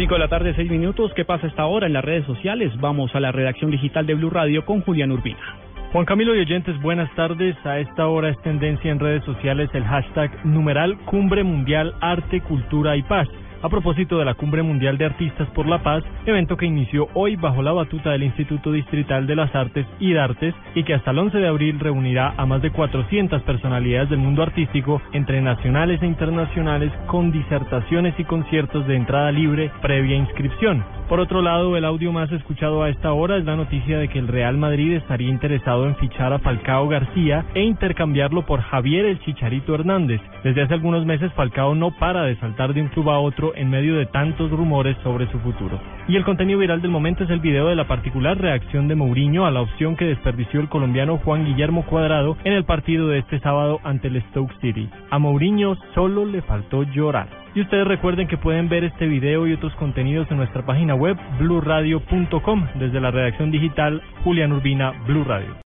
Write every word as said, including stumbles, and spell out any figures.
cinco de la tarde, seis minutos. ¿Qué pasa hasta ahora en las redes sociales? Vamos a la redacción digital de Blue Radio con Julián Urbina. Juan Camilo y oyentes, buenas tardes. A esta hora es tendencia en redes sociales el hashtag numeral Cumbre Mundial Arte, Cultura y Paz. A propósito de la Cumbre Mundial de Artistas por la Paz, evento que inició hoy bajo la batuta del Instituto Distrital de las Artes y Dartes y que hasta el once de abril reunirá a más de cuatrocientas personalidades del mundo artístico, entre nacionales e internacionales, con disertaciones y conciertos de entrada libre previa inscripción. Por otro lado, el audio más escuchado a esta hora es la noticia de que el Real Madrid estaría interesado en fichar a Falcao García e intercambiarlo por Javier el Chicharito Hernández. Desde hace algunos meses Falcao no para de saltar de un club a otro en medio de tantos rumores sobre su futuro. Y el contenido viral del momento es el video de la particular reacción de Mourinho a la opción que desperdició el colombiano Juan Guillermo Cuadrado en el partido de este sábado ante el Stoke City. A Mourinho solo le faltó llorar. Y ustedes recuerden que pueden ver este video y otros contenidos en nuestra página web blue radio punto com. Desde la redacción digital, Julián Urbina, Blue Radio.